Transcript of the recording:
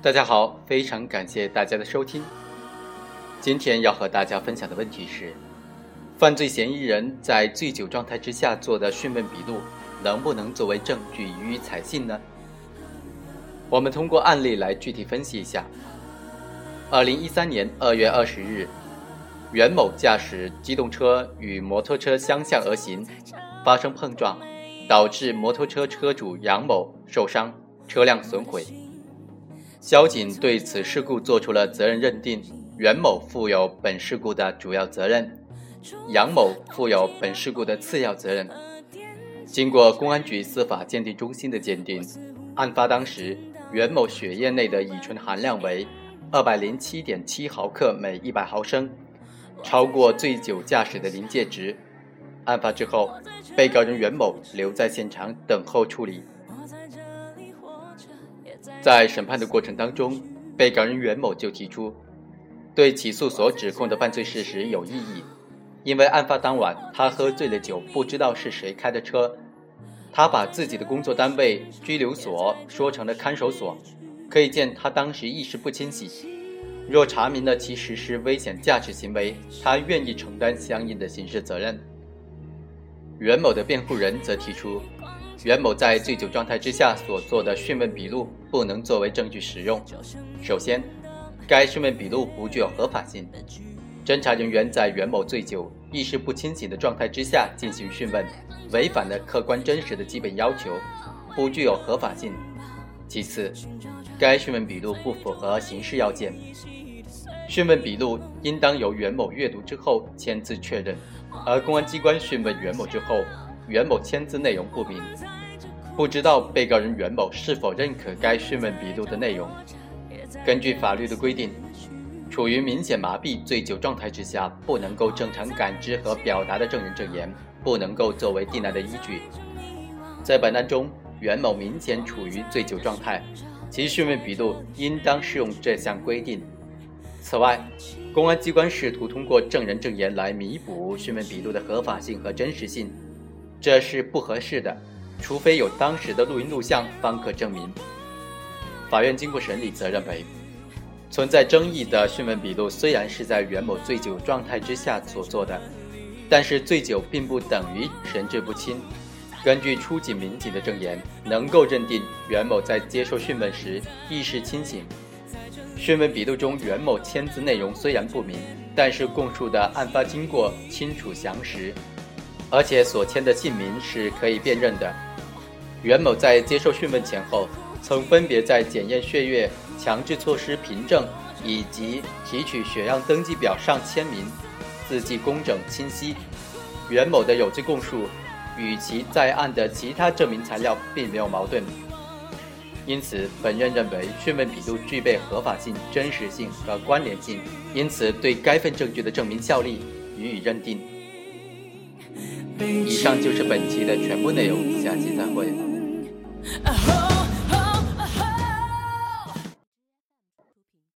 大家好，非常感谢大家的收听。今天要和大家分享的问题是，犯罪嫌疑人在醉酒状态之下做的讯问笔录能不能作为证据予以采信呢？我们通过案例来具体分析一下。2013年2月20日，袁某驾驶机动车与摩托车相向而行，发生碰撞，导致摩托车车主杨某受伤，车辆损毁。交警对此事故作出了责任认定，袁某负有本事故的主要责任，杨某负有本事故的次要责任。经过公安局司法鉴定中心的鉴定，案发当时袁某血液内的乙醇含量为 207.7 毫克每100毫升，超过醉酒驾驶的临界值。案发之后，被告人袁某留在现场等候处理。在审判的过程当中，被告人袁某就提出对起诉所指控的犯罪事实有异议，因为案发当晚他喝醉了酒，不知道是谁开的车，他把自己的工作单位拘留所说成了看守所，可以见他当时意识不清醒。若查明了其实施危险驾驶行为，他愿意承担相应的刑事责任。袁某的辩护人则提出，袁某在醉酒状态之下所做的讯问笔录不能作为证据使用。首先，该讯问笔录不具有合法性，侦查人员在袁某醉酒、意识不清醒的状态之下进行讯问，违反了客观真实的基本要求，不具有合法性。其次，该讯问笔录不符合刑事要件，讯问笔录应当由袁某阅读之后签字确认，而公安机关讯问袁某之后，袁某签字内容不明，不知道被告人袁某是否认可该讯问笔录的内容。根据法律的规定，处于明显麻痹醉酒状态之下不能够正常感知和表达的证人证言，不能够作为定案的依据。在本案中，袁某明显处于醉酒状态，其讯问笔录应当适用这项规定。此外，公安机关试图通过证人证言来弥补讯问笔录的合法性和真实性，这是不合适的，除非有当时的录音录像方可证明。法院经过审理则认为，存在争议的讯问笔录虽然是在袁某醉酒状态之下所做的，但是醉酒并不等于神志不清。根据出警民警的证言，能够认定袁某在接受讯问时意识清醒。讯问笔录中袁某签字内容虽然不明，但是供述的案发经过清楚详实，而且所签的姓名是可以辨认的。袁某在接受讯问前后，曾分别在检验血液、强制措施凭证以及提取血样登记表上签名，字迹工整清晰。袁某的有罪供述与其在案的其他证明材料并没有矛盾，因此本院认为讯问笔录具备合法性、真实性和关联性，因此对该份证据的证明效力予以认定。以上就是本期的全部内容，下期再会。